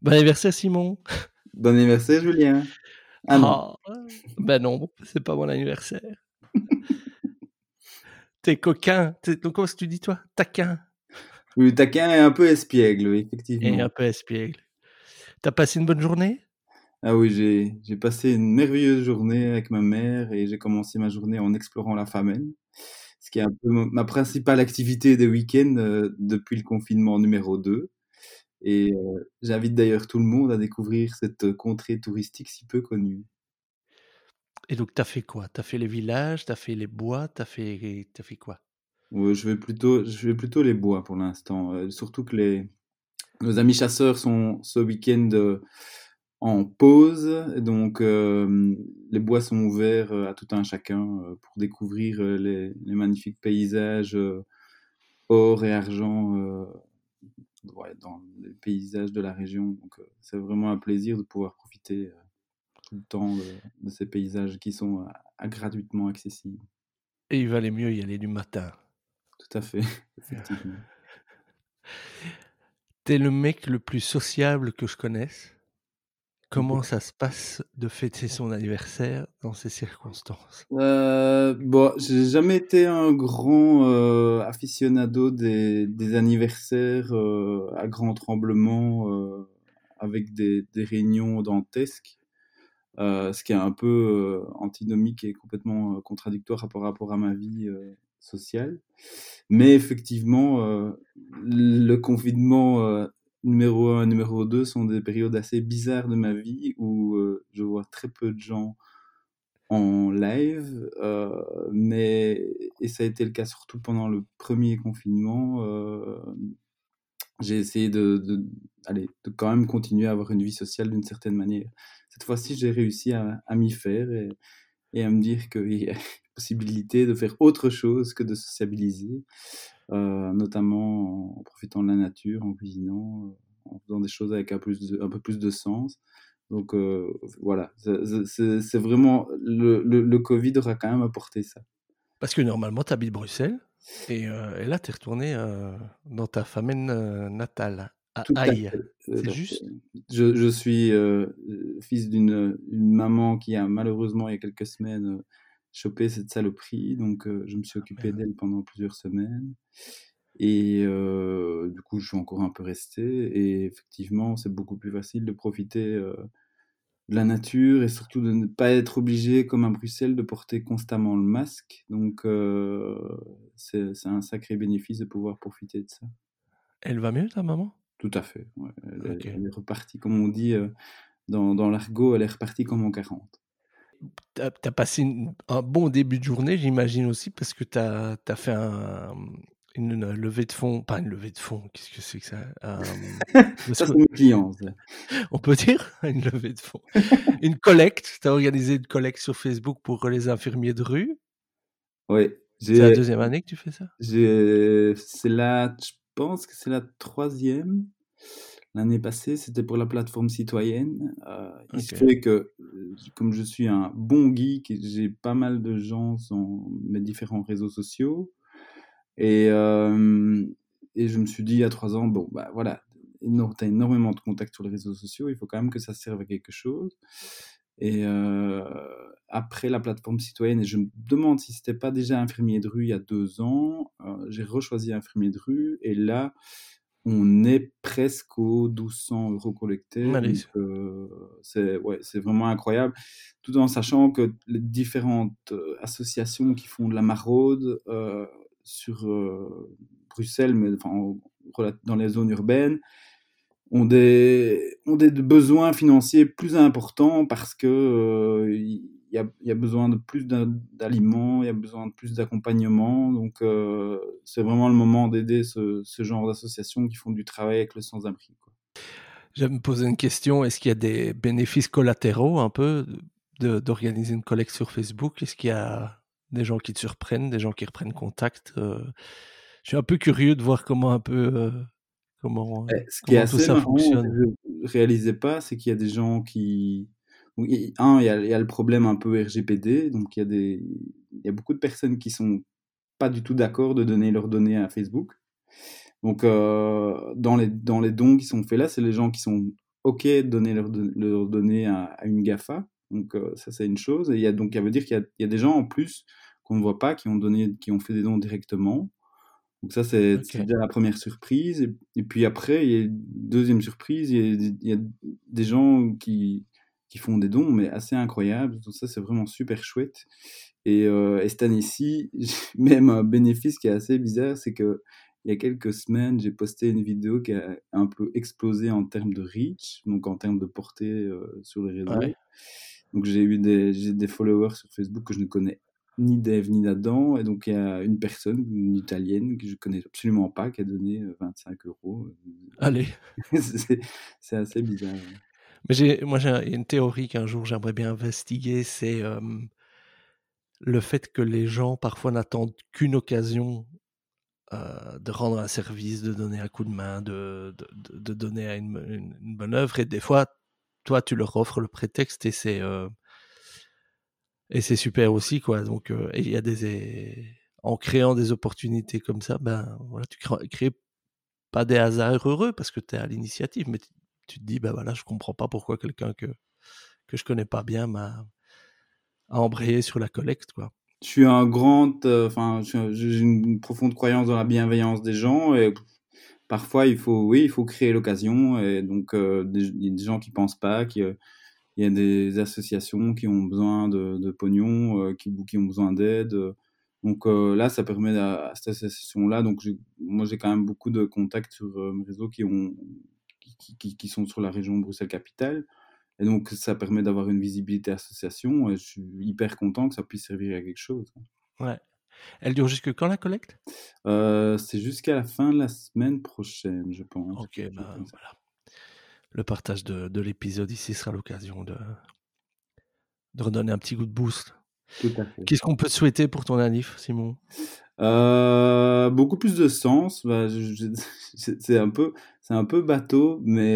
Bon anniversaire Simon. Bon anniversaire, Julien. Ah non. Ah, ben non, c'est pas mon anniversaire. T'es coquin. Donc, comment est-ce que tu dis, toi? Taquin Oui, taquin et un peu espiègle, oui, et effectivement. un peu espiègle. T'as passé une bonne journée? Ah oui, j'ai passé une merveilleuse journée avec ma mère et j'ai commencé ma journée en explorant la Famenne, ce qui est un peu ma principale activité des week-ends depuis le confinement numéro 2. Et j'invite d'ailleurs tout le monde à découvrir cette contrée touristique si peu connue. Et donc, t'as fait quoi? T'as fait les villages, t'as fait les bois, t'as fait quoi? Je vais plutôt les bois pour l'instant, surtout que nos amis chasseurs sont ce week-end en pause, donc les bois sont ouverts à tout un chacun pour découvrir les magnifiques paysages or et argent ouais, dans les paysages de la région. Donc c'est vraiment un plaisir de pouvoir profiter tout le temps de ces paysages qui sont gratuitement accessibles. Et il valait mieux y aller du matin. Tout à fait, effectivement. T'es le mec le plus sociable que je connaisse. Comment ça se passe de fêter son anniversaire dans ces circonstances? Bon, j'ai jamais été un grand aficionado des anniversaires à grand tremblement avec des réunions dantesques, ce qui est un peu antinomique et complètement contradictoire par rapport à ma vie sociale. Mais effectivement, le confinement numéro 1 et numéro 2 sont des périodes assez bizarres de ma vie où je vois très peu de gens en live, et ça a été le cas surtout pendant le premier confinement. J'ai essayé de quand même continuer à avoir une vie sociale d'une certaine manière. Cette fois-ci, j'ai réussi à m'y faire et à me dire qu'il y a possibilité de faire autre chose que de sociabiliser, notamment en profitant de la nature, en cuisinant, en faisant des choses avec un peu plus de sens. Donc voilà, c'est vraiment le Covid aura quand même apporté ça. Parce que normalement, tu habites Bruxelles et là, tu es retourné, dans ta famenne, natale, à Tout à Aï. fait. C'est juste? Je suis fils d'une maman qui a malheureusement il y a quelques semaines chopé cette saloperie, donc je me suis occupé Merde. d'elle pendant plusieurs semaines. Et du coup, je suis encore un peu resté. Et effectivement, c'est beaucoup plus facile de profiter de la nature et surtout de ne pas être obligé, comme à Bruxelles, de porter constamment le masque. Donc, c'est un sacré bénéfice de pouvoir profiter de ça. Elle va mieux, ta maman? Tout à fait. Ouais. OK. Elle est repartie, comme on dit dans l'argot, elle est repartie comme en 40. Tu as passé un bon début de journée, j'imagine aussi, parce que tu as fait une levée de fonds, pas une levée de fonds, qu'est-ce que c'est que ça? Parce Ça, que c'est mes clients, ça. on peut dire une levée de fonds, une collecte. Tu as organisé une collecte sur Facebook pour les infirmiers de rue. Oui, C'est la deuxième année que tu fais ça? je pense que c'est la troisième. L'année passée, c'était pour la plateforme citoyenne. Il se OK. fait que, comme je suis un bon geek, j'ai pas mal de gens sur mes différents réseaux sociaux. Et, euh, et je me suis dit il y a 3 ans, bon, bah voilà, tu as énormément de contacts sur les réseaux sociaux, il faut quand même que ça serve à quelque chose. Et après la plateforme citoyenne, et je me demande si c'était pas déjà infirmier de rue il y a 2 ans, j'ai rechoisi infirmier de rue, et là, on est presque aux 1200 € collectés. Donc Malice. ouais, c'est vraiment incroyable, tout en sachant que les différentes associations qui font de la maraude sur Bruxelles, mais enfin, dans les zones urbaines, ont des besoins financiers plus importants parce que il y a besoin de plus d'aliments, il y a besoin de plus d'accompagnement. Donc c'est vraiment le moment d'aider ce genre d'associations qui font du travail avec le sans-abri, quoi. Je me poser une question, est-ce qu'il y a des bénéfices collatéraux un peu d'organiser une collecte sur Facebook? Est-ce qu'il y a des gens qui te surprennent, des gens qui reprennent contact? Je suis un peu curieux de voir Ce qui est comment tout assez ça marrant, fonctionne. que je réalisais pas, c'est qu'il y a des gens qui... Donc, il y a le problème un peu RGPD, donc il y a beaucoup de personnes qui sont pas du tout d'accord de donner leurs données à Facebook. Donc, dans les dons qui sont faits là, c'est les gens qui sont OK de donner leurs données à une GAFA. Donc ça, c'est une chose. Et ça veut dire qu'il y a des gens en plus qu'on ne voit pas, qui ont fait des dons directement. Donc ça, c'est OK. déjà la première surprise. Et puis après, il y a une deuxième surprise, il y a des gens qui font des dons, mais assez incroyables. Donc ça, c'est vraiment super chouette. Et cette année-ci, j'ai même un bénéfice qui est assez bizarre, c'est que il y a quelques semaines, j'ai posté une vidéo qui a un peu explosé en termes de reach, donc en termes de portée sur les Ouais. réseaux. Donc j'ai des followers sur Facebook que je ne connais ni d'Ève ni d'Adam, et donc il y a une personne, une Italienne que je connais absolument pas, qui a donné 25 €. Allez. C'est c'est assez bizarre. Ouais. Mais j'ai une théorie qu'un jour j'aimerais bien investiguer, c'est, le fait que les gens parfois n'attendent qu'une occasion, de rendre un service, de donner un coup de main, de donner à une bonne œuvre et des fois, toi, tu leur offres le prétexte et c'est super aussi, quoi. Donc, et il y a en créant des opportunités comme ça, ben, voilà, tu crées pas des hasards heureux parce que tu es à l'initiative, mais tu te dis: «Bah, voilà, je comprends pas pourquoi quelqu'un que je connais pas bien a embrayé sur la collecte, quoi». Je suis un grand, enfin, j'ai une profonde croyance dans la bienveillance des gens, et parfois il faut créer l'occasion. Et donc il y a des gens qui pensent pas, il y a des associations qui ont besoin de pognon, qui ont besoin d'aide. Donc là, ça permet à cette association-là. Donc moi, j'ai quand même beaucoup de contacts sur mes réseaux qui sont sur la région Bruxelles-Capitale. Et donc, ça permet d'avoir une visibilité association. Et je suis hyper content que ça puisse servir à quelque chose. Ouais. Elle dure jusque quand la collecte? C'est jusqu'à la fin de la semaine prochaine, je pense, OK, quelque chose ben, comme ça. voilà. Le partage de l'épisode ici sera l'occasion de redonner un petit coup de boost. Tout à fait. Qu'est-ce qu'on peut te souhaiter pour ton anniv, Simon? Beaucoup plus de sens. Bah, c'est un peu bateau, mais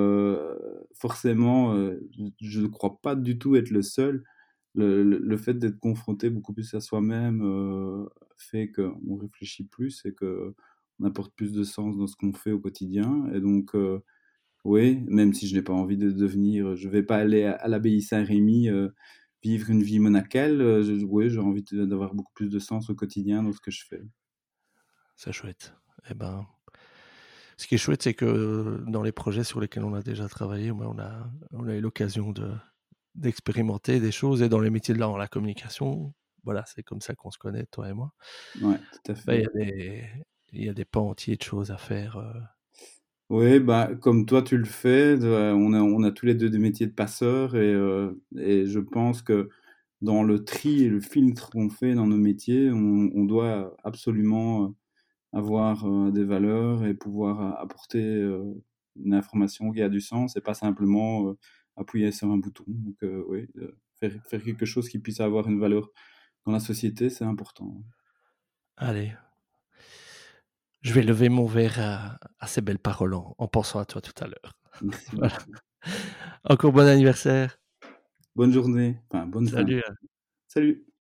forcément, je ne crois pas du tout être le seul. Le fait d'être confronté beaucoup plus à soi-même fait qu'on réfléchit plus et qu'on apporte plus de sens dans ce qu'on fait au quotidien. Et donc, oui, même si je n'ai pas envie de devenir, je vais pas aller à l'abbaye Saint-Rémy vivre une vie monacale. Oui, j'ai envie d'avoir beaucoup plus de sens au quotidien dans ce que je fais. C'est chouette. Eh ben, ce qui est chouette, c'est que dans les projets sur lesquels on a déjà travaillé, ben, on a eu l'occasion d'expérimenter des choses et dans les métiers de la communication, voilà, c'est comme ça qu'on se connaît, toi et moi. Ouais, tout à Ben, fait. il y a des pans entiers de choses à faire. Oui, bah, comme toi tu le fais, on a tous les deux des métiers de passeurs. Et je pense que dans le tri et le filtre qu'on fait dans nos métiers, on doit absolument avoir des valeurs et pouvoir apporter une information qui a du sens et pas simplement appuyer sur un bouton. Donc oui, faire quelque chose qui puisse avoir une valeur dans la société, c'est important. Allez, je vais lever mon verre à ces belles paroles en pensant à toi tout à l'heure. Merci Voilà. beaucoup. Encore bon anniversaire. Bonne journée, enfin bonne fin. Salut. Salut.